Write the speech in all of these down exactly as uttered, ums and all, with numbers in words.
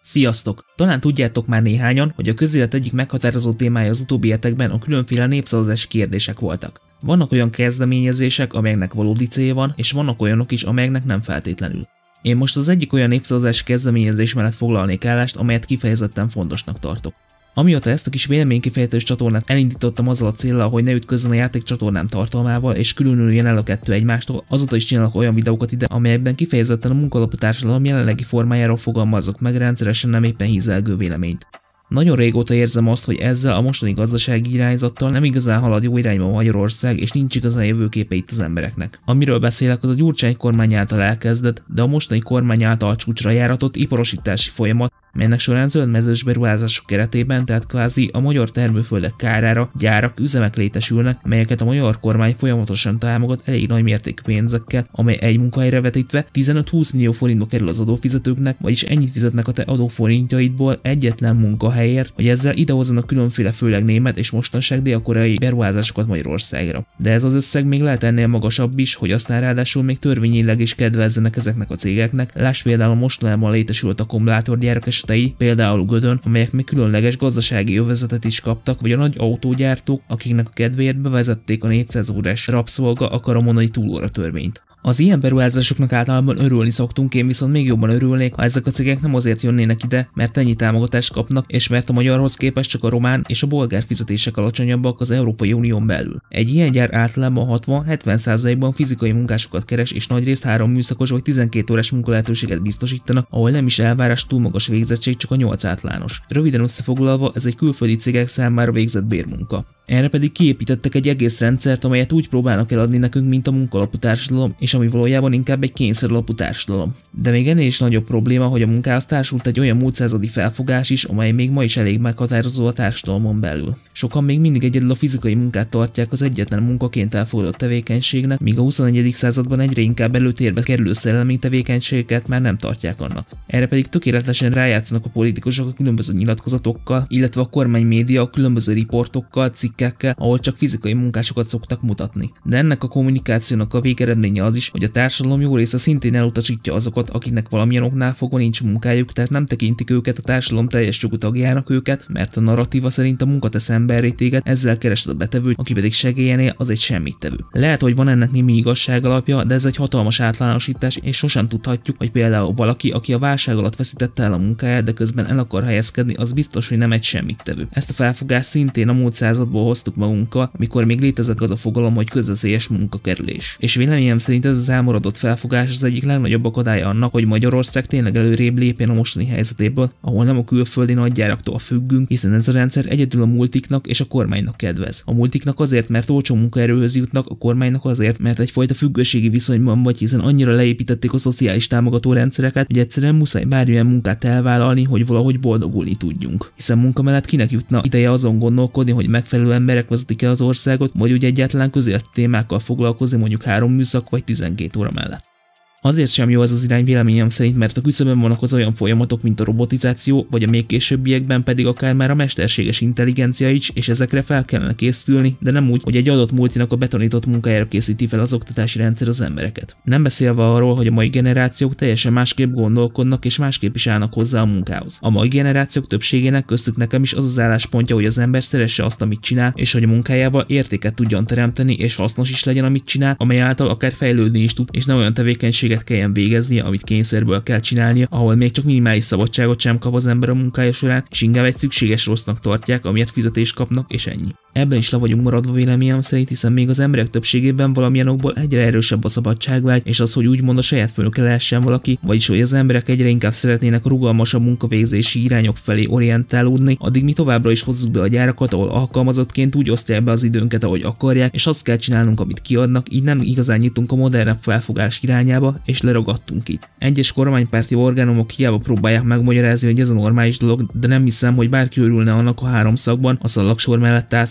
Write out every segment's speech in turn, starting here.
Sziasztok! Talán tudjátok már néhányan, hogy a közélet egyik meghatározó témája az utóbbi hetekben a különféle népszavazási kérdések voltak. Vannak olyan kezdeményezések, amelyeknek valódi célja van, és vannak olyanok is, amelyeknek nem feltétlenül. Én most az egyik olyan népszavazási kezdeményezés mellett foglalnék állást, amelyet kifejezetten fontosnak tartok. Amióta ezt a kis véleménykifejtős csatornát elindítottam azzal a céllal, hogy ne ütközzen a játékcsatornám tartalmával és különüljen el a kettő egymástól, azóta is csinálok olyan videókat ide, amelyekben kifejezetten a munkalapú társadalom jelenlegi formájáról fogalmazok meg rendszeresen nem éppen hízelgő véleményt. Nagyon régóta érzem azt, hogy ezzel a mostani gazdasági irányzattal nem igazán halad jó irányba Magyarország, és nincs igazán jövőképe itt az embereknek. Amiről beszélek, az a Gyurcsány kormány által elkezdett, de a mostani kormány által csúcsra járatott iparosítási folyamat, melynek során zöldmezős beruházások keretében, tehát kvázi a magyar termőföldek kárára gyárak, üzemek létesülnek, melyeket a magyar kormány folyamatosan támogat elég nagy mértékű pénzekkel, amely egy munkahelyre vetítve tizenöt-húsz millió forintba kerül az adófizetőknek, vagyis ennyit fizetnek a te adóforintjaidból egyetlen munkahelyért, hogy ezzel idehozzanak különféle főleg német és mostanság dél-koreai beruházásokat Magyarországra. De ez az összeg még lehet ennél magasabb is, hogy aztán ráadásul még törvényileg is kedvezzenek ezeknek a cégeknek. Lásd például a mostanában létesült akkumulátorgyárak esetei, például Gödön, amelyek még különleges gazdasági övezetet is kaptak, vagy a nagy autógyártók, akiknek a kedvéért bevezették a négyszáz órás rabszolga a karamonai túlóra törvényt. Az ilyen beruházásoknak általában örülni szoktunk, én viszont még jobban örülnék, ha ezek a cégek nem azért jönnének ide, mert ennyi támogatást kapnak, és mert a magyarhoz képest csak a román és a bolgár fizetések alacsonyabbak az Európai Unión belül. Egy ilyen gyár általában hatvan-hetven százalékban fizikai munkásokat keres, és nagyrészt három műszakos vagy tizenkét órás munkalehetőséget biztosítanak, ahol nem is elvárás túl magas végzettség, csak a nyolc általános. Röviden összefoglalva, ez egy külföldi cégek számára végzett bérmunka. Erre pedig kiépítettek egy egész rendszert, amelyet úgy próbálnak eladni nekünk, mint a munkalapú társadalom, és ami valójában inkább egy kényszeralapú társadalom. De még ennél is nagyobb probléma, hogy a munkához társult egy olyan múltszázadi felfogás is, amely még ma is elég meghatározó a társadalmon belül. Sokan még mindig egyedül a fizikai munkát tartják az egyetlen munkaként elfogadott tevékenységnek, míg a huszonegyedik században egyre inkább előtérbe kerülő szellemi tevékenységeket már nem tartják annak. Erre pedig tökéletesen rájátszanak a politikusok a különböző nyilatkozatokkal, illetve a kormánymédia a különböző riportokkal, cikkekkel, ahol csak fizikai munkásokat szoktak mutatni. De ennek a kommunikációnak a végeredménye az is, hogy a társadalom jó része szintén elutasítja azokat, akiknek valamilyen oknál fogva nincs munkájuk, tehát nem tekintik őket a társadalom teljes jogú tagjának őket, mert a narratíva szerint a munka tesz emberré téged, ezzel keresed a betevőt, aki pedig segélyenél, az egy semmit tevő. Lehet, hogy van ennek némi igazság alapja, de ez egy hatalmas általánosítás, és sosem tudhatjuk, hogy például valaki, aki a válság alatt veszítette el a munkáját, de közben el akar helyezkedni, az biztos, hogy nem egy semmit tevő. Ezt a felfogást szintén a múlt századból hoztuk magunkkal, amikor még létezett az a fogalom, hogy közveszélyes munkakerülés. És véleményem szerint ez az elmaradott felfogás az egyik legnagyobb akadálya annak, hogy Magyarország tényleg előrébb lépjen a mostani helyzetéből, ahol nem a külföldi nagygyáraktól függünk, hiszen ez a rendszer egyedül a multiknak és a kormánynak kedvez. A multiknak azért, mert olcsó munkaerőhöz jutnak, a kormánynak azért, mert egyfajta függőségi viszonyban vagy, hiszen annyira leépítették a szociális támogató rendszereket, hogy egyszerűen muszáj bármilyen munkát elvállalni, hogy valahogy boldogulni tudjunk. Hiszen munka mellett kinek jutna ideje azon gondolkodni, hogy megfelelő emberek vezetik-e az országot, vagy úgy egyáltalán közéleti témákkal foglalkozni mondjuk három műszak vagy tizenkét óra mellett. Azért sem jó ez az irány véleményem szerint, mert a küszöbön vannak az olyan folyamatok, mint a robotizáció, vagy a még későbbiekben pedig akár már a mesterséges intelligencia is, és ezekre fel kellene készülni, de nem úgy, hogy egy adott multinak a betonított munkájára készíti fel az oktatási rendszer az embereket. Nem beszélve arról, hogy a mai generációk teljesen másképp gondolkodnak és másképp is állnak hozzá a munkához. A mai generációk többségének, köztük nekem is az az álláspontja, hogy az ember szeresse azt, amit csinál, és hogy a munkájával értéket tudjon teremteni, és hasznos is legyen, amit csinál, amely által akár fejlődni is tud, és nem olyan tevékenység kelljen végeznie, amit kényszerből kell csinálnia, ahol még csak minimális szabadságot sem kap az ember a munkája során, és inkább egy szükséges rossznak tartják, amiért fizetést kapnak, és ennyi. Ebben is le vagyunk maradva véleményem szerint, hiszen még az emberek többségében valamilyen okból egyre erősebb a szabadságvágy, és az, hogy úgymond a saját főnöke lehessen valaki, vagyis hogy az emberek egyre inkább szeretnének a rugalmasabb munkavégzési irányok felé orientálódni, addig mi továbbra is hozzuk be a gyárakat, ahol alkalmazottként úgy osztják be az időnket, ahogy akarják, és azt kell csinálnunk, amit kiadnak, így nem igazán nyitunk a modernebb felfogás irányába, és leragadtunk itt. Egyes kormánypárti orgánumok hiába próbálják megmagyarázni, hogy ez a normális dolog, de nem hiszem, hogy bárki örülne annak, ha három szakban a szallagsor mellett állsz,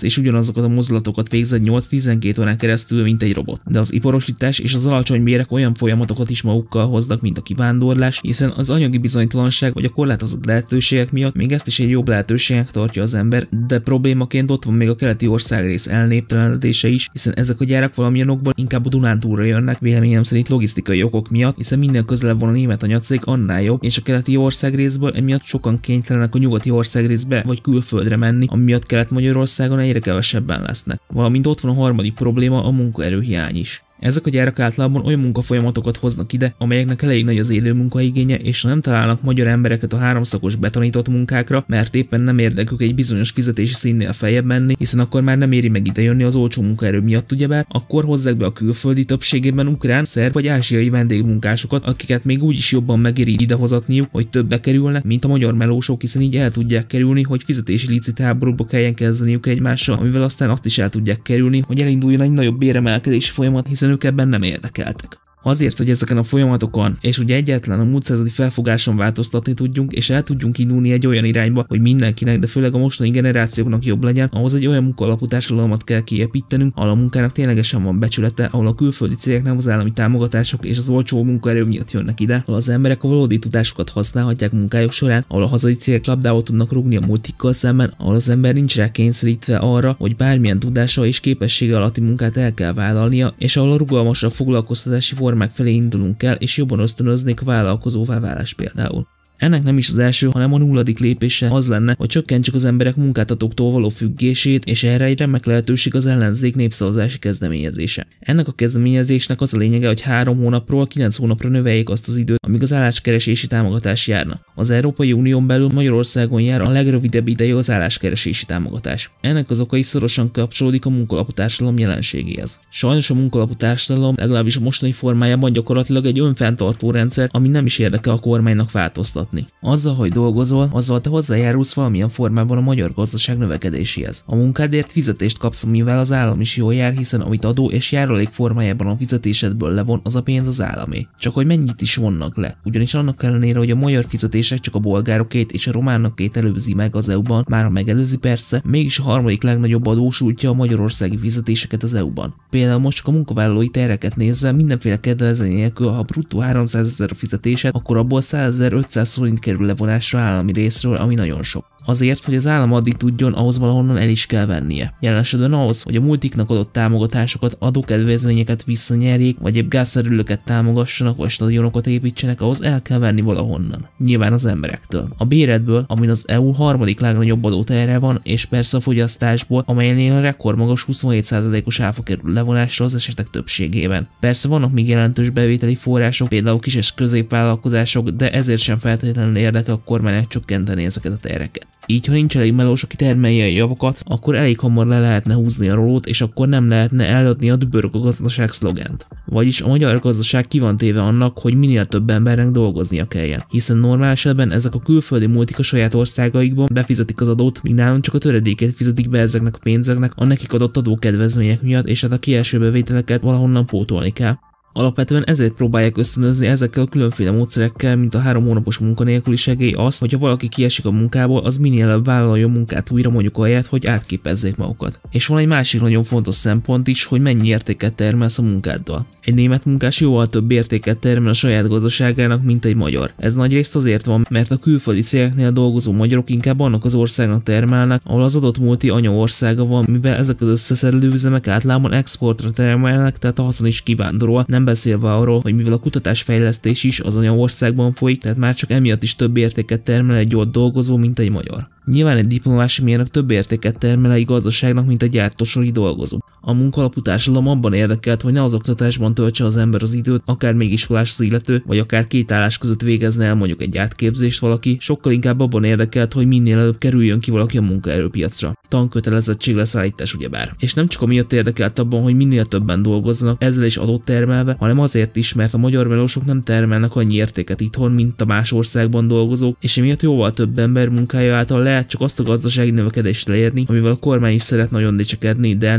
és ugyanazokat a mozdulatokat végzett nyolc-tizenkét órán keresztül, mint egy robot. De az iparosítás és az alacsony bérek olyan folyamatokat is magukkal hoznak, mint a kivándorlás, hiszen az anyagi bizonytalanság vagy a korlátozott lehetőségek miatt még ezt is egy jobb lehetőségnek tartja az ember, de problémaként ott van még a keleti országrész elnéptelenedése is, hiszen ezek a gyárak valamilyen okból inkább a Dunántúlra jönnek, véleményem szerint logisztikai okok miatt, hiszen minden közelebb van a német anyacég, annál jobb, és a keleti országrészből emiatt sokan kénytelenek a nyugati országrészbe vagy külföldre menni, ami miatt Kelet-Magyarországon egyre kevesebben lesznek. Valamint ott van a harmadik probléma, a munkaerőhiány is. Ezek a gyárak általában olyan munkafolyamatokat hoznak ide, amelyeknek elég nagy az élő munkaigénye, és nem találnak magyar embereket a háromszakos betanított munkákra, mert éppen nem érdekük egy bizonyos fizetési színnél feljebb menni, hiszen akkor már nem éri meg idejönni az olcsó munkaerő miatt, ugyebár, akkor hozzák be a külföldi, többségében ukrán, szerb vagy ázsiai vendégmunkásokat, akiket még úgy is jobban megéri idehozatniuk, hogy többbe kerülnek, mint a magyar melósok, hiszen így el tudják kerülni, hogy fizetési licitháborúba kelljen kezdeniük egymással, amivel aztán azt is el tudják kerülni, hogy elinduljon egy nagyobb béremelkedési folyamat, hiszen ők ebben nem érdekeltek. Azért, hogy ezeken a folyamatokon, és ugye egyáltalán a múlt századi felfogáson változtatni tudjunk, és el tudjunk indulni egy olyan irányba, hogy mindenkinek, de főleg a mostani generációknak jobb legyen, ahhoz egy olyan munkaalapú társadalmat kell kiépítenünk, ahol a munkának ténylegesen van becsülete, ahol a külföldi cégek nem az állami támogatások és az olcsó munkaerő miatt jönnek ide, ahol az emberek a valódi tudásukat használhatják munkájuk során, ahol a hazai cégek labdába tudnak rúgni a multikkal szemben, ahol az ember nincs rá kényszerítve arra, hogy bármilyen tudása és képessége alatti munkát el kell vállalnia, és ahol a rugalmasabb foglalkoztatási formák felé indulunk el, és jobban ösztönöznék a vállalkozóvá válás például. Ennek nem is az első, hanem a nulladik lépése az lenne, hogy csökkentsük az emberek munkáltatóktól való függését, és erre egy remek lehetőség az ellenzék népszavazási kezdeményezése. Ennek a kezdeményezésnek az a lényege, hogy három hónapról kilenc hónapra növeljék azt az időt, amíg az álláskeresési támogatás járna. Az Európai Unión belül Magyarországon jár a legrövidebb ideig az álláskeresési támogatás. Ennek az oka is szorosan kapcsolódik a munkalapú társadalom jelenségéhez. Sajnos a munkalapú társadalom legalábbis a mostani formájában gyakorlatilag egy önfenntartó rendszer, ami nem is érdekel a kormánynak változtatni. Azzal, hogy dolgozol, azzal te hozzájárulsz valamilyen formában a magyar gazdaság növekedéséhez. A munkádért fizetést kapsz, mivel az állam is jól jár, hiszen amit adó és járulék formájában a fizetésedből levon, az a pénz az államé. Csak hogy mennyit is vonnak le. Ugyanis annak ellenére, hogy a magyar fizetések csak a bolgárokét és a románokét előzi meg az é u-ban, már ha megelőzi persze, mégis a harmadik legnagyobb adósújtja a magyarországi fizetéseket az é u-ban. Például most csak a munkavállalói terheket nézve, mindenféle kedvezmény nélkül, ha bruttó háromszázezer a fizetésed, akkor abból százezer-ötszáz forint kerül levonásra állami részről, ami nagyon sok. Azért, hogy az állam addig tudjon, ahhoz valahonnan el is kell vennie. Jelen esetben ahhoz, hogy a multiknak adott támogatásokat, adókedvezményeket visszanyerjék, vagy épp gázszerülőket támogassanak, vagy stadionokat építsenek, ahhoz el kell venni valahonnan. Nyilván az emberektől. A béredből, amin az é u harmadik legnagyobb adóterhe van, és persze a fogyasztásból, amelynél a rekordmagas huszonhét százalékos áfa kerül levonásra az esetek többségében. Persze vannak még jelentős bevételi források, például kis és középvállalkozások, de ezért sem feltétlenül érdekel a kormánynak csökkenteni ezeket a terheket. Így, ha nincs elég melós, aki termelje a javakat, akkor elég hamar le lehetne húzni a rolót, és akkor nem lehetne eladni a dübörög a gazdaság szlogent. Vagyis a magyar gazdaság ki van téve annak, hogy minél több embernek dolgoznia kelljen. Hiszen normál esetben ezek a külföldi multik a saját országaikban befizetik az adót, míg nálunk csak a töredékét fizetik be ezeknek a pénzeknek a nekik adott adókedvezmények miatt, és hát a kieső bevételeket valahonnan pótolni kell. Alapvetően ezért próbálják ösztönözni ezekkel a különféle módszerekkel, mint a három hónapos munkanélküli segély azt, hogyha valaki kiesik a munkából, az minél előbb vállaljon munkát újra, mondjuk ahelyett, hogy átképezzék magukat. És van egy másik nagyon fontos szempont is, hogy mennyi értéket termelsz a munkáddal. Egy német munkás jóval több értéket termel a saját gazdaságának, mint egy magyar. Ez nagyrészt azért van, mert a külföldi cégeknél dolgozó magyarok inkább annak az országnak termelnek, ahol az adott multi anyaországa van, mivel ezek az összeszerelő üzemek általában exportra termelnek, tehát a haszon is kivándorol. Nem beszélve arról, hogy mivel a kutatásfejlesztés is az anyaországban folyik, tehát már csak emiatt is több értéket termel egy ott dolgozó, mint egy magyar. Nyilván egy diplomás mérnök több értéket termel egy gazdaságnak, mint egy gyártósori dolgozó. A munkalapú társadalom abban érdekelt, hogy ne az oktatásban töltse az ember az időt, akár még iskolás az illető, vagy akár két állás között végezne el mondjuk egy átképzést valaki, sokkal inkább abban érdekelt, hogy minél előbb kerüljön ki valaki a munkaerőpiacra. Tankötelezettség leszállítás ugyebár. És nem csak amiatt érdekelt abban, hogy minél többen dolgozzanak, ezzel is adót termelve, hanem azért is, mert a magyar melósok nem termelnek annyi értéket itthon, mint a más országban dolgozók, és emiatt jóval több ember munkája által lehet csak azt a gazdasági növekedést elérni, amivel a kormány is szeret nagyon dicsekedni, de ennél jobban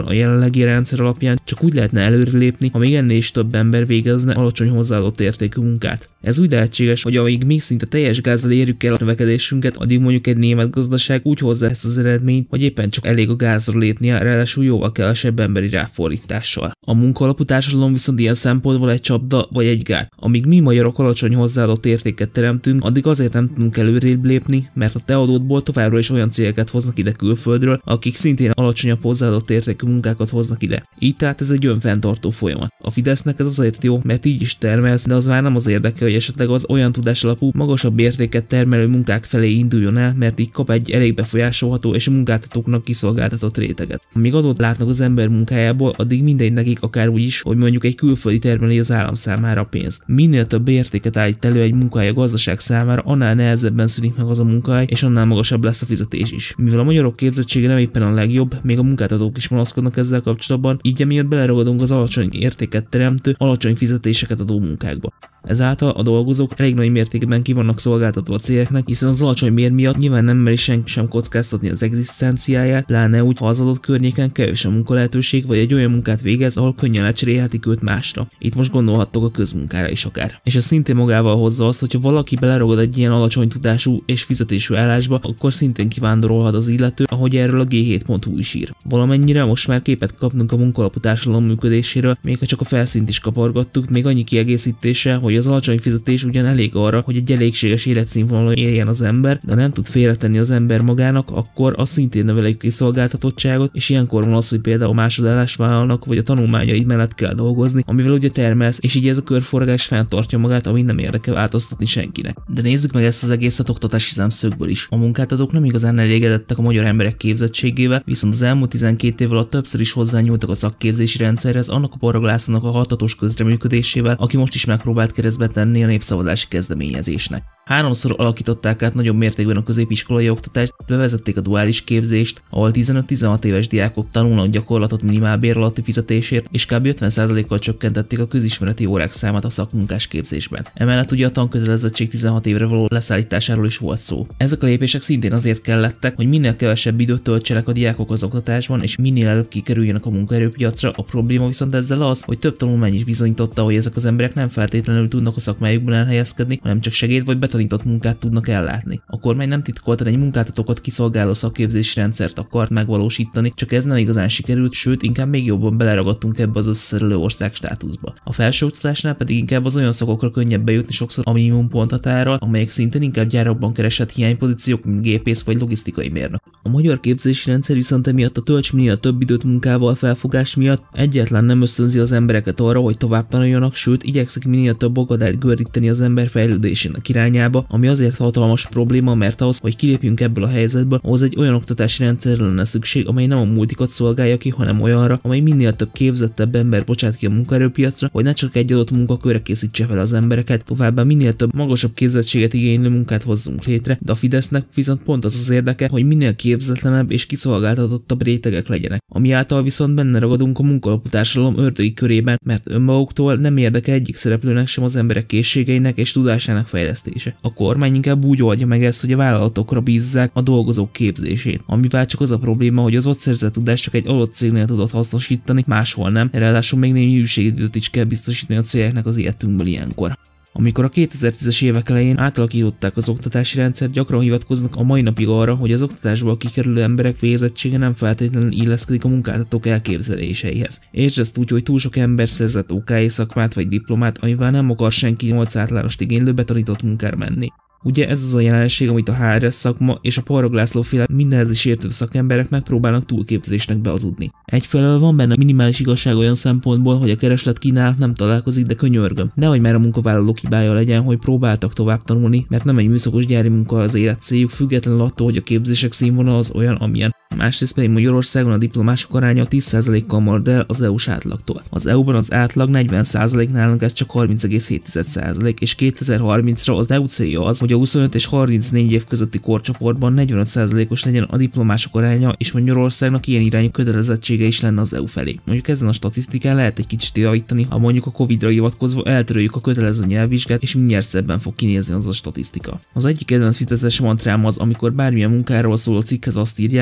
a jelenlegi rendszer alapján csak úgy lehetne előrelépni, ha még ennél is több ember végezne alacsony hozzáadott értékű munkát. Ez úgy lehetséges, hogy amíg mi szinte teljes gázzal érjük el a növekedésünket, addig mondjuk egy német gazdaság úgy hozza ezt az eredményt, hogy éppen csak elég a gázra lépnie, ráadásul jóval kevesebb emberi ráfordítással. A munkaalapú társadalom viszont ilyen szempontból egy csapda vagy egy gát. Amíg mi magyarok alacsony hozzáadott értéket teremtünk, addig azért nem tudunk előrébb lépni, mert a te adódból továbbra is olyan cégeket hoznak ide külföldről, akik szintén alacsonyabb hozzáadott értékű munkákat hoznak ide. Így tehát ez egy önfenntartó folyamat. A Fidesznek ez azért jó, mert így is termelsz, de az már nem az érdeke, hogy esetleg az olyan tudásalapú, magasabb értéket termelő munkák felé induljon el, mert így kap egy elég befolyásolható és a munkáltatóknak kiszolgáltatott réteget. Amíg adót látnak az ember munkájából, addig mindegy nekik akár úgy is, hogy mondjuk egy külföldi termeli az állam számára a pénzt. Minél több értéket állít elő egy munkahely a gazdaság számára, annál nehezebben szűnik meg az a munkahely, és annál magasabb lesz a fizetés is. Mivel a magyarok képzettsége nem éppen a legjobb, még a munkáltatók is panaszkodnak ezzel kapcsolatban, így emiatt beleragadunk az alacsony értéket teremtő, alacsony fizetéseket adó munkákba. Ezáltal a dolgozók elég nagy mértékben ki vannak szolgáltatva a cégeknek, hiszen az alacsony bér miatt nyilván nem meri senki sem kockáztatni az egzisztenciáját, pláne úgy, ha az adott környéken kevés a munkalehetőség, vagy egy olyan munkát végez, ahol könnyen lecserélhetik őt másra. Itt most gondolhattok a közmunkára is akár. És ez szintén magával hozza azt, hogyha valaki beleragad egy ilyen alacsony tudású és fizetésű állásba, akkor szintén kivándorolhat az illető, ahogy erről a gé hét pont hú is ír. Valamennyire most már képet kapnunk a munkaalapú társadalom működéséről, még ha csak a felszínt is kapargattuk, még annyi kiegészítése, hogy az alacsony fizetés ugyan elég arra, hogy egy elégséges életszínvonalon éljen az ember, de nem tud félretenni az ember magának, akkor az szintén növeli a kiszolgáltatottságot, és ilyenkor van az, hogy például másodállást vállalnak, vagy a tanulmányaid mellett kell dolgozni, amivel ugye termelsz, és így ez a körforgás fenntartja magát, ami nem érdekel változtatni senkinek. De nézzük meg ezt az egészet oktatási szemszögből is. A munkáltatók nem igazán elégedettek a magyar emberek képzettségével, viszont az elmúlt tizenkét év alatt többször is hozzányúltak a szakképzési rendszerhez, annak a Paraglásznak a hatatos közreműködésével, aki most is megpróbált keresztbe tenni a népszavazási kezdeményezésnek. Háromszor alakították át nagyobb mértékben a középiskolai oktatást, bevezették a duális képzést, ahol tizenöt-tizenhat éves diákok tanulnak gyakorlatot minimálbér alatti fizetésért, és kb. ötven százalékkal csökkentették a közismereti órák számát a szakmunkás képzésben. Emellett ugye a tankötelezettség tizenhat évre való leszállításáról is volt szó. Ezek a lépések szintén azért kellettek, hogy minél kevesebb időt töltsenek a diákok az oktatásban, és minél előbb kikerüljenek a munkaerőpiacra. A probléma viszont ezzel az, hogy több tanulmány is bizonyította, hogy ezek az emberek nem feltétlenül tudnak a szakmájukban elhelyezkedni, hanem csak segéd vagy betanított munkát tudnak ellátni. A kormány nem titkoltan egy munkáltatókat kiszolgáló szakképzési rendszert akart megvalósítani, csak ez nem igazán sikerült, sőt inkább még jobban beleragadtunk ebbe az összeszerelő ország státuszba. A felsőoktatásnál pedig inkább az olyan szakokra könnyebb bejutni sokszor a minimum ponthatárral, amelyek szintén inkább gyárakban keresett hiánypozíciók, mint gépész vagy logisztikai mérnök. A magyar képzési rendszer viszont emiatt a tölts minél több időt munkával felfogás miatt egyetlen nem ösztönzi az embereket arra, hogy tovább tanuljanak, sőt igyekszik minél több akadályt gördíteni az ember fejlődésének irányába, ami azért hatalmas probléma, mert ahhoz, hogy kilépjünk ebből a helyzetből, ahhoz egy olyan oktatási rendszerre lenne szükség, amely nem a multikat szolgálja ki, hanem olyanra, amely minél több képzettebb ember bocsát ki a munkaerőpiacra, hogy ne csak egy adott munkakörre készítse fel az embereket, továbbá minél több magasabb képzettséget igénylő munkát hozzunk létre, de a Fidesznek viszont pont az az érdeke, hogy minél képzetlenebb és kiszolgáltatottabb rétegek legyenek, ami által viszont benne ragadunk a munkaalapú társadalom ördögi körében, mert önmaguktól nem érdeke egyik szereplőnek sem az emberek készségeinek és tudásának fejlesztése. A kormány inkább úgy oldja meg ezt, hogy a vállalatokra bízzák a dolgozók képzését, amivel csak az a probléma, hogy az ott szerzett tudást csak egy adott cégnél tudod hasznosítani, máshol nem, ráadásul még némi hűségidőt is kell biztosítani a cégeknek az életünkből ilyenkor. Amikor a kétezer-tízes évek elején átalakították az oktatási rendszert, gyakran hivatkoznak a mai napig arra, hogy az oktatásból kikerülő emberek végzettsége nem feltétlenül illeszkedik a munkáltatók elképzeléseihez. És ezt úgy, hogy túl sok ember szerzett ó ká é szakmát vagy diplomát, amivel nem akar senki nyolc átlánost igénylő betanított munkára menni. Ugye ez az a jelenség, amit a há er es szakma és a Parag László féle mindenhez is értő szakemberek megpróbálnak túlképzésnek behazudni. Egyfelől van benne minimális igazság olyan szempontból, hogy a kereslet kínálat nem találkozik, de könyörgöm. Nehogy már a munkavállalók hibája legyen, hogy próbáltak tovább tanulni, mert nem egy műszakos gyári munka az élet céljuk, függetlenül attól, hogy a képzések színvonala az olyan, amilyen. Másrészt pedig Magyarországon a diplomások aránya tíz százalékkal marad el az é u-s átlagtól. Az é u-ban az átlag negyven százalék, nálunk ez csak harminc egész hét százalék, és kétezer-harmincra az é u célja az, hogy a huszonöt és harmincnégy év közötti korcsoportban negyvenöt százalékos legyen a diplomások aránya, és Magyarországnak ilyen irányú kötelezettsége is lenne az é u felé. Mondjuk ezen a statisztikán lehet egy kicsit javítani, ha mondjuk a Covidra hivatkozva eltöröljük a kötelező nyelvvizsgát, és mindjárt szebben fog kinézni az a statisztika. Az egyik kedvenc fizetés mantrám az, amikor bármilyen munkáról szóló cikkhez azt írják, hogy aki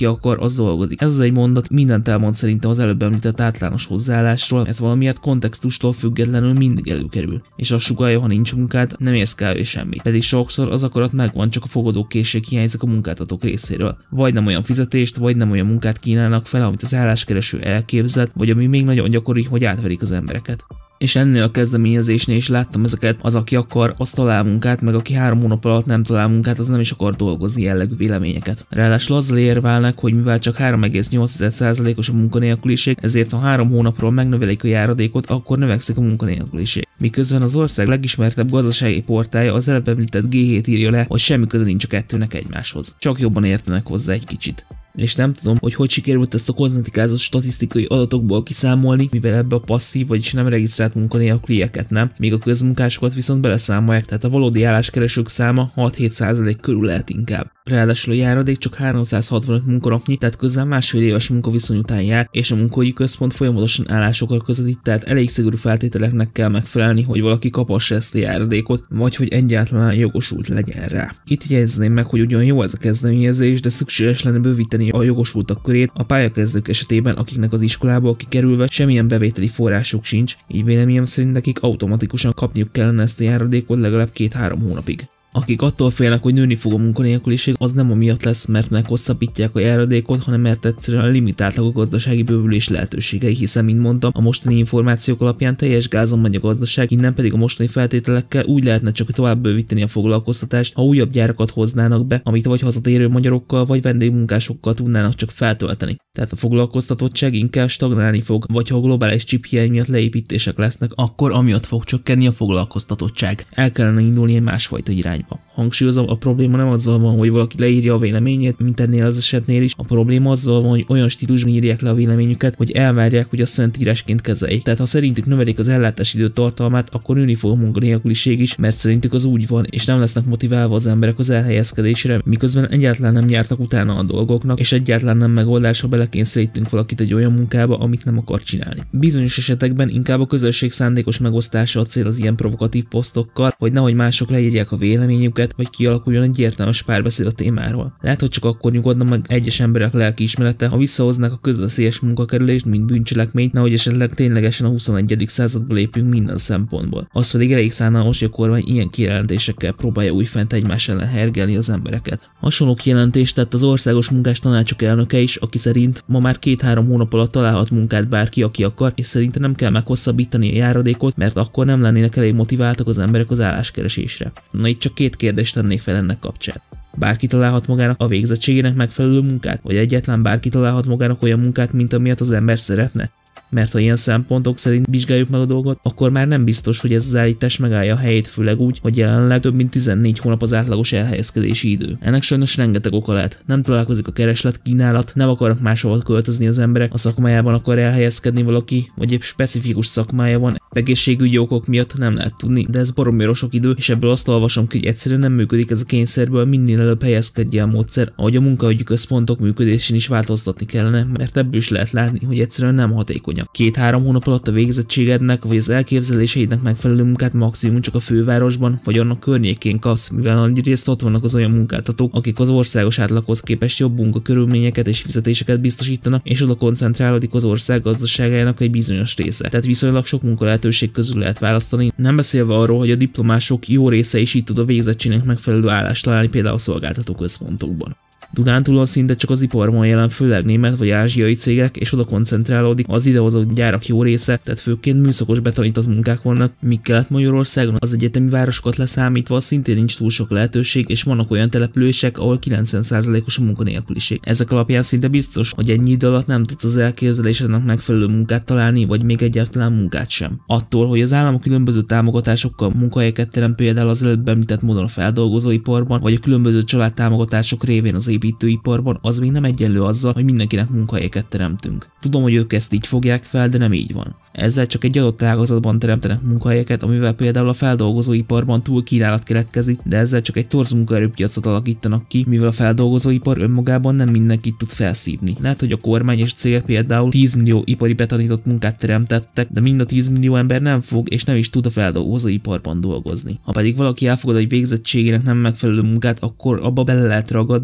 akar, az dolgozik. Ez az egy mondat mindent elmond szerintem az előbb említett általános hozzáállásról, mert valamiért kontextustól függetlenül mindig előkerül. És azt sugallja, ha nincs munkád, nem érsz kb. Semmit. Pedig sokszor az akarat megvan, csak a fogadókészség hiányzik a munkáltatók részéről. Vagy nem olyan fizetést, vagy nem olyan munkát kínálnak fel, amit az álláskereső elképzelt, vagy ami még nagyon gyakori, hogy átverik az embereket. És ennél a kezdeményezésnél is láttam ezeket, az aki akar, az talál munkát, meg aki három hónap alatt nem talál munkát, az nem is akar dolgozni jellegű véleményeket. Ráadásul azzal érvelnek, hogy mivel csak három egész nyolc százalékos a munkanélküliség, ezért ha három hónapról megnövelik a járadékot, akkor növekszik a munkanélküliség. Miközben az ország legismertebb gazdasági portálja az előbb említett gé hét írja le, hogy semmi köze nincs a kettőnek egymáshoz. Csak jobban értenek hozzá egy kicsit. És nem tudom, hogy hogy sikerült ezt a kozmetikázott statisztikai adatokból kiszámolni, mivel ebbe a passzív, vagyis nem regisztrált munkanélkülieket nem, míg a közmunkásokat viszont beleszámolják, tehát a valódi álláskeresők száma hat-hét százalék körül lehet inkább. Ráadásul a járadék csak háromszázhatvanöt munkanapnyi, tehát közel másfél éves munkaviszony után jár, és a munkaügyi központ folyamatosan állásokkal közvetít, tehát elég szigorú feltételeknek kell megfelelni, hogy valaki kaphassa ezt a járadékot, vagy hogy egyáltalán jogosult legyen rá. Itt jegyezném meg, hogy ugyan jó ez a kezdeményezés, de szükséges lenne bővíteni a jogosultak körét a pályakezdők esetében, akiknek az iskolából kikerülve semmilyen bevételi forrásuk sincs, így véleményem szerint nekik automatikusan kapniuk kellene ezt a járadékot legalább két-három hónapig. Akik attól félnek, hogy nőni fog a munkanélküliség, az nem amiatt lesz, mert meghosszabbítják a járadékot, hanem mert egyszerűen limitáltak a gazdasági bővülés lehetőségei, hiszen, mint mondtam, a mostani információk alapján teljes gázon megy a gazdaság, innen pedig a mostani feltételekkel úgy lehetne csak tovább bővíteni a foglalkoztatást, ha újabb gyárakat hoznának be, amit vagy hazatérő magyarokkal, vagy vendégmunkásokkal tudnának csak feltölteni. Tehát a foglalkoztatottság inkább stagnálni fog, vagy ha a globális chiphiány miatt leépítések lesznek, akkor amiatt fog csökkenni a foglalkoztatottság. El kellene indulni egy másfajta irányba. Hangsúlyozom, a probléma nem azzal van, hogy valaki leírja a véleményét, mint ennél az esetnél is. A probléma azzal van, hogy olyan stílusban írják le a véleményüket, hogy elvárják, hogy a szentírásként kezeljék. Tehát ha szerintük növelik az ellátási idő tartalmát, akkor nőni fog a munkanélküliség is, mert szerintük az úgy van, és nem lesznek motiválva az emberek az elhelyezkedésre, miközben egyáltalán nem jártak utána a dolgoknak, és egyáltalán nem megoldás, ha belekényszerítünk valakit egy olyan munkába, amit nem akar csinálni. Bizonyos esetekben inkább a közösség szándékos megosztása a cél az ilyen provokatív posztokkal, hogy nehogy mások leírják a véleményüket, vagy kialakuljon egy értelmes párbeszéd a témáról. Lehet, hogy csak akkor nyugodna meg egyes emberek lelkiismerete, ha visszahoznák a közveszélyes munkakerülést, mint bűncselekményt, nehogy esetleg ténylegesen a huszonegyedik századba lépünk minden szempontból. Az pedig elég szánalmas, hogy a kormány ilyen kijelentésekkel próbálja újfent egymás ellen hergelni az embereket. Hasonló kijelentést tett az Országos Munkás Tanácsok elnöke is, aki szerint ma már két-három hónap alatt találhat munkát bárki, aki akar, és szerinte nem kell meghosszabbítani a járadékot, mert akkor nem lennének elég motiváltak az emberek az álláskeresésre. Na itt csak két kérdést tennék fel ennek kapcsán. Bárki találhat magának a végzettségének megfelelő munkát, vagy egyetlen bárki találhat magának olyan munkát, mint amilyet az ember szeretne? Mert ha ilyen szempontok szerint vizsgáljuk meg a dolgot, akkor már nem biztos, hogy ez az állítás megállja a helyét, főleg úgy, hogy jelenleg több mint tizennégy hónap az átlagos elhelyezkedési idő. Ennek sajnos rengeteg oka lehet. Nem találkozik a kereslet, kínálat, nem akarnak máshova költözni az emberek, a szakmájában akar elhelyezkedni valaki, vagy épp specifikus szakmája van, egészségügyi okok miatt nem lehet tudni, de ez baromira sok idő, és ebből azt olvasom ki, hogy egyszerűen nem működik ez a kényszerből, minél előbb helyezkedje a módszer, ahogy a munkaügyi központok működésén is változtatni kellene, mert ebből is lehet látni, hogy egyszerűen nem hatékony. Két-három hónap alatt a végzettségednek vagy az elképzeléseidnek megfelelő munkát maximum csak a fővárosban vagy annak környékén kapsz, mivel nagyrészt ott vannak az olyan munkáltatók, akik az országos átlaghoz képest jobb munkakörülményeket és fizetéseket biztosítanak, és oda koncentrálódik az ország gazdaságának egy bizonyos része. Tehát viszonylag sok munkalehetőség közül lehet választani, nem beszélve arról, hogy a diplomások jó része is így tud a végzettségnek megfelelő állást találni például a szolgáltató központokban. Dunántúlon szinte csak az iparban jelen, főleg német vagy ázsiai cégek, és oda koncentrálódik az idehozott gyárak jó része, tehát főként műszakos betanított munkák vannak, míg Kelet-Magyarországon az egyetemi városokat leszámítva szintén nincs túl sok lehetőség, és vannak olyan települések, ahol kilencven százalékos a munkanélküliség. Ezek alapján szinte biztos, hogy ennyi idő alatt nem tudsz az elképzelésednek megfelelő munkát találni, vagy még egyáltalán munkát sem. Attól, hogy az állam a különböző támogatásokkal munkahelyeket teremt, például az előbb említett módon a feldolgozóiparban, vagy a különböző családtámogatások révén az építőiparban, az még nem egyenlő azzal, hogy mindenkinek munkahelyeket teremtünk. Tudom, hogy ők ezt így fogják fel, de nem így van. Ezzel csak egy adott ágazatban teremtenek munkahelyeket, amivel például a feldolgozóiparban túl kínálat keletkezik, de ezzel csak egy torz munkaerőpiacot alakítanak ki, mivel a feldolgozóipar önmagában nem mindenkit tud felszívni. Lehet, hogy a kormány és cégek például tíz millió ipari betanított munkát teremtettek, de mind a tíz millió ember nem fog és nem is tud a feldolgozóiparban dolgozni. Ha pedig valaki elfogad egy végzettségének nem megfelelő munkát, akkor abba bele lehet ragadni, és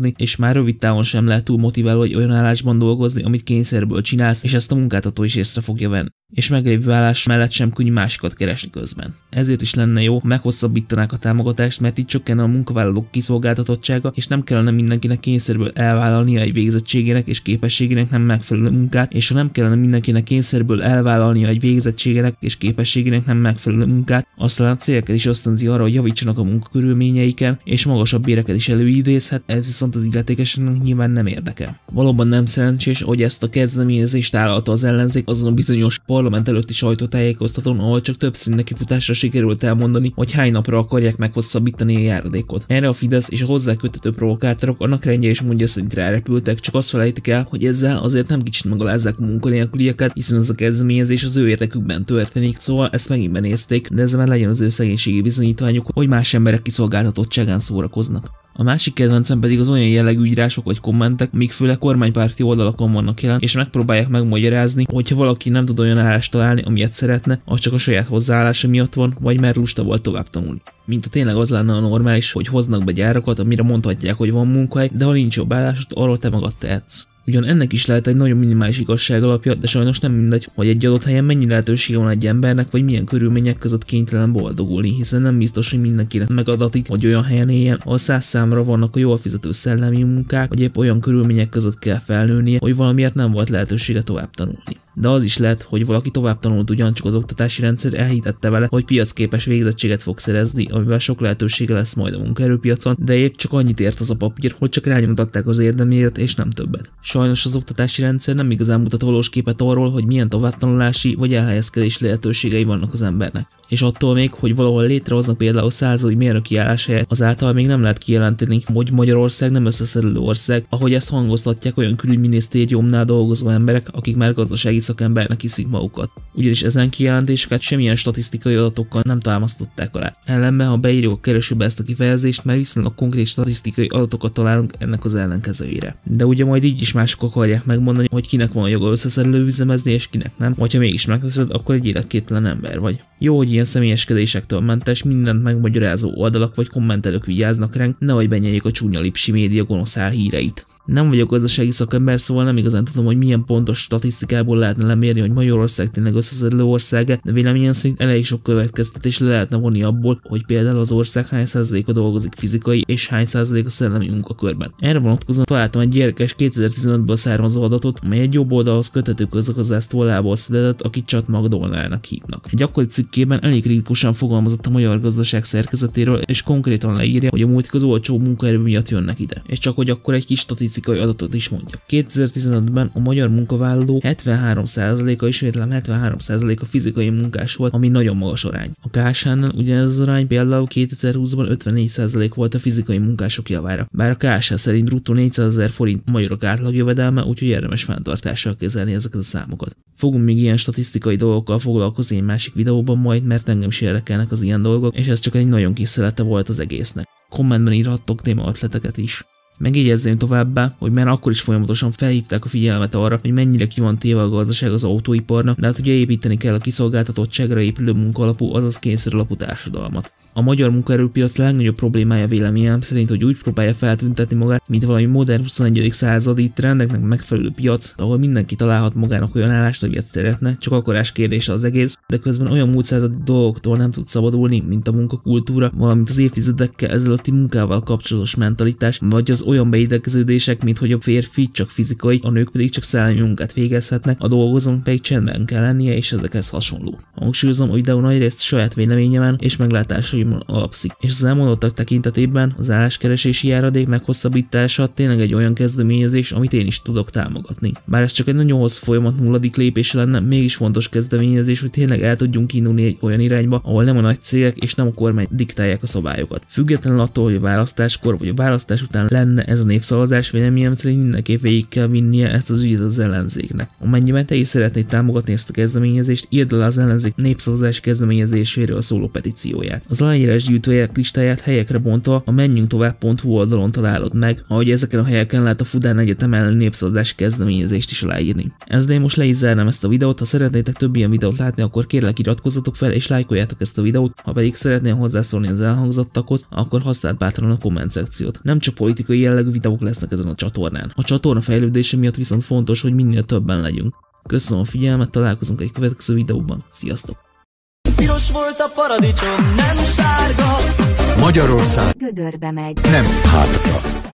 már rövid távon sem lehet túl motiváló, hogy olyan állásban dolgozni, amit kényszerből csinálsz, és ezt a munkáltató is észre fogja venni. És meglévő állás mellett sem könnyű másikat keresni közben. Ezért is lenne jó, meghosszabbítanák a támogatást, mert így csökkenne a munkavállalók kiszolgáltatottsága, és nem kellene mindenkinek kényszerből elvállalnia egy végzettségének és képességének nem megfelelő munkát, és ha nem kellene mindenkinek kényszerből elvállalnia egy végzettségének és képességének nem megfelelő munkát, aztán a céleket is ösztönzi arra, hogy javítsanak a munkakörülményeiken, és magasabb béreket is előidézhet, ez viszont az illetékeseknek nyilván nem érdekel. Valóban nem szerencsés, hogy ezt a kezdeményezést állalta az ellenzék azon a bizonyos parlament előtti sajtótájékoztatón, ahol csak többször nekifutásra sikerült elmondani, hogy hány napra akarják meghosszabbítani a járadékot. Erre a Fidesz és a hozzá köthető provokátorok annak rendje és mondja szerint rárepültek, csak azt felejtik el, hogy ezzel azért nem kicsit megalázzák a munkanélkülieket, hiszen ez a kezdeményezés az ő érdekükben történik, szóval ezt megint benézték, de ez már legyen az ő szegénységi bizonyítványuk, hogy más emberek kiszolgáltatottságán szórakoznak. A másik kedvencem pedig az olyan jellegű írások vagy kommentek, míg főleg kormánypárti oldalakon vannak jelen, és megpróbálják megmagyarázni, hogyha valaki nem tud olyan állást találni, amilyet szeretne, az csak a saját hozzáállása miatt van, vagy mert lusta volt tovább tanulni. Mint a tényleg az lenne a normális, hogy hoznak be gyárakat, amire mondhatják, hogy van munkahely, de ha nincs jobb állásod, arról te magad tehetsz. Ugyan ennek is lehet egy nagyon minimális igazság alapja, de sajnos nem mindegy, hogy egy adott helyen mennyi lehetősége van egy embernek, vagy milyen körülmények között kénytelen boldogulni, hiszen nem biztos, hogy mindenkinek megadatik, hogy olyan helyen éljen, ahol száz számra vannak a jól fizető szellemi munkák, vagy épp olyan körülmények között kell felnőnie, hogy valamiért nem volt lehetősége tovább tanulni. De az is lehet, hogy valaki tovább tanult, ugyancsak az oktatási rendszer elhitette vele, hogy piacképes végzettséget fog szerezni, amivel sok lehetősége lesz majd a munkaerőpiacon, de épp csak annyit ért az a papír, hogy csak rányomtatták az érdemét és nem többet. Sajnos az oktatási rendszer nem igazán mutat valós képet arról, hogy milyen továbbtanulási vagy elhelyezkedési lehetőségei vannak az embernek. És attól még, hogy valahol létrehoznak például századi mérnöki álláshelyet, azáltal még nem lehet kijelenteni, hogy Magyarország nem összeszerelő ország, ahogy ezt hangoztatják olyan külügyminisztériumnál dolgozó emberek, akik már gazdasági szakembernek hiszik magukat. Ugyanis ezen kijelentéseket semmilyen statisztikai adatokkal nem támasztották alá. Ellenben, ha beírjuk a keresőbe ezt a kifejezést, már viszonylag konkrét statisztikai adatokat találunk ennek az ellenkezőjére. De ugye majd így is mások akarják megmondani, hogy kinek van joga összeszerelő üzemezni és kinek nem, vagy ha mégis megteszed, akkor egy életképtelen ember vagy. Jó, hogy ilyen személyeskedésektől mentes, mindent megmagyarázó oldalak vagy kommentelők vigyáznak ránk, nehogy benyeljék a csúnya lipsi média gonosz híreit. Nem vagyok gazdasági szakember, szóval nem igazán tudom, hogy milyen pontos statisztikából lehetne lemérni, hogy Magyarország tényleg összeszerelő ország, de véleményem szerint elég sok következtetés le lehetne vonni abból, hogy például az ország hány százaléka dolgozik fizikai és hány százaléka szellemi munkakörben. Erre vonatkozóan találtam egy érdekes kétezer-tizenötből származó adatot, amely egy jobb oldalhoz köthető közgazdász tollából született, akit Csat Magdolnának hívnak. Egy akkori cikkében elég kritikusan fogalmazott a magyar gazdaság szerkezetéről, és konkrétan leírja, hogy a múltik az olcsó munkaerő miatt jönnek ide. És csak hogy akkor egy kis statisztikai adatot is mondja. kétezer-tizenötben a magyar munkavállaló hetvenhárom százaléka, ismétlem hetvenhárom százaléka fizikai munkás volt, ami nagyon magas arány. A ká es há-nál ugyanez az arány például kétezer-húszban ötvennégy százalék volt a fizikai munkások javára. Bár a ká es há szerint bruttó négyszázezer forint a magyarok átlagjövedelme, úgyhogy érdemes fenntartással kezelni ezeket a számokat. Fogunk még ilyen statisztikai dolgokkal foglalkozni egy másik videóban majd, mert engem is érdekelnek az ilyen dolgok, és ez csak egy nagyon kis szelete volt az egésznek. Kommentben írhattok témaötleteket is. Megjegyezném továbbá, hogy már akkor is folyamatosan felhívták a figyelmet arra, hogy mennyire ki van téve a gazdaság az autóiparnak, de hát ugye építeni kell a kiszolgáltatottságra épülő munkalapú, azaz kényszeralapú társadalmat. A magyar munkaerőpiac legnagyobb problémája véleményem szerint, hogy úgy próbálja feltüntetni magát, mint valami modern huszonegyedik századi trendeknek megfelelő piac, ahol mindenki találhat magának olyan állást, amilyet szeretne, csak akarás kérdése az egész, de közben olyan múltszázadi dolgoktól nem tud szabadulni, mint a munkakultúra, valamint az évtizedekkel ezelőtti munkával kapcsolatos mentalitás, vagy az olyan beidegződések, mint hogy a férfi csak fizikai, a nők pedig csak szellemi munkát végezhetnek, a dolgozónk pedig csendben kell lennie, és ezekhez hasonló. Hangsúlyozom, a videó nagyrészt saját véleményemen és meglátásaimon alapszik, és az elmondottak tekintetében az álláskeresési járadék meghosszabbítása tényleg egy olyan kezdeményezés, amit én is tudok támogatni. Bár ez csak egy nagyon hosszú folyamat nulladik lépés lenne, mégis fontos kezdeményezés, hogy tényleg el tudjunk indulni egy olyan irányba, ahol nem a nagy cégek és nem a kormány diktálják a szabályokat. Függetlenül attól, hogy a választáskor vagy a választás után lenne ez a népszavazás, véleményem szerint mindenképp végig kell vinnie ezt az ügyet az ellenzéknek. Amennyiben te is szeretnéd támogatni ezt a kezdeményezést, írd le az ellenzék népszavazás kezdeményezéséről szóló petícióját. Az aláírás gyűjtőjek listáját helyekre bontva a menjünk tovább pont hu oldalon találod meg, ahogy ezeken a helyeken lehet a Fudán Egyetem ellen népszavazási kezdeményezést is aláírni. Ezzel én most le is zárnám ezt a videót, ha szeretnétek több ilyen videót látni, akkor kérlek iratkozzatok fel és lájkoljátok ezt a videót, ha pedig szeretnél hozzászólni az elhangzottakhoz, akkor használd bátran a komment szekciót. Nem csak politikai jellegű videók lesznek ezen a csatornán. A csatorna fejlődése miatt viszont fontos, hogy minél többen legyünk. Köszönöm a figyelmet, találkozunk egy következő videóban. Sziasztok! Piros volt a paradicsom, nem sárga. Magyarország Gödörbe megy. nem hátra.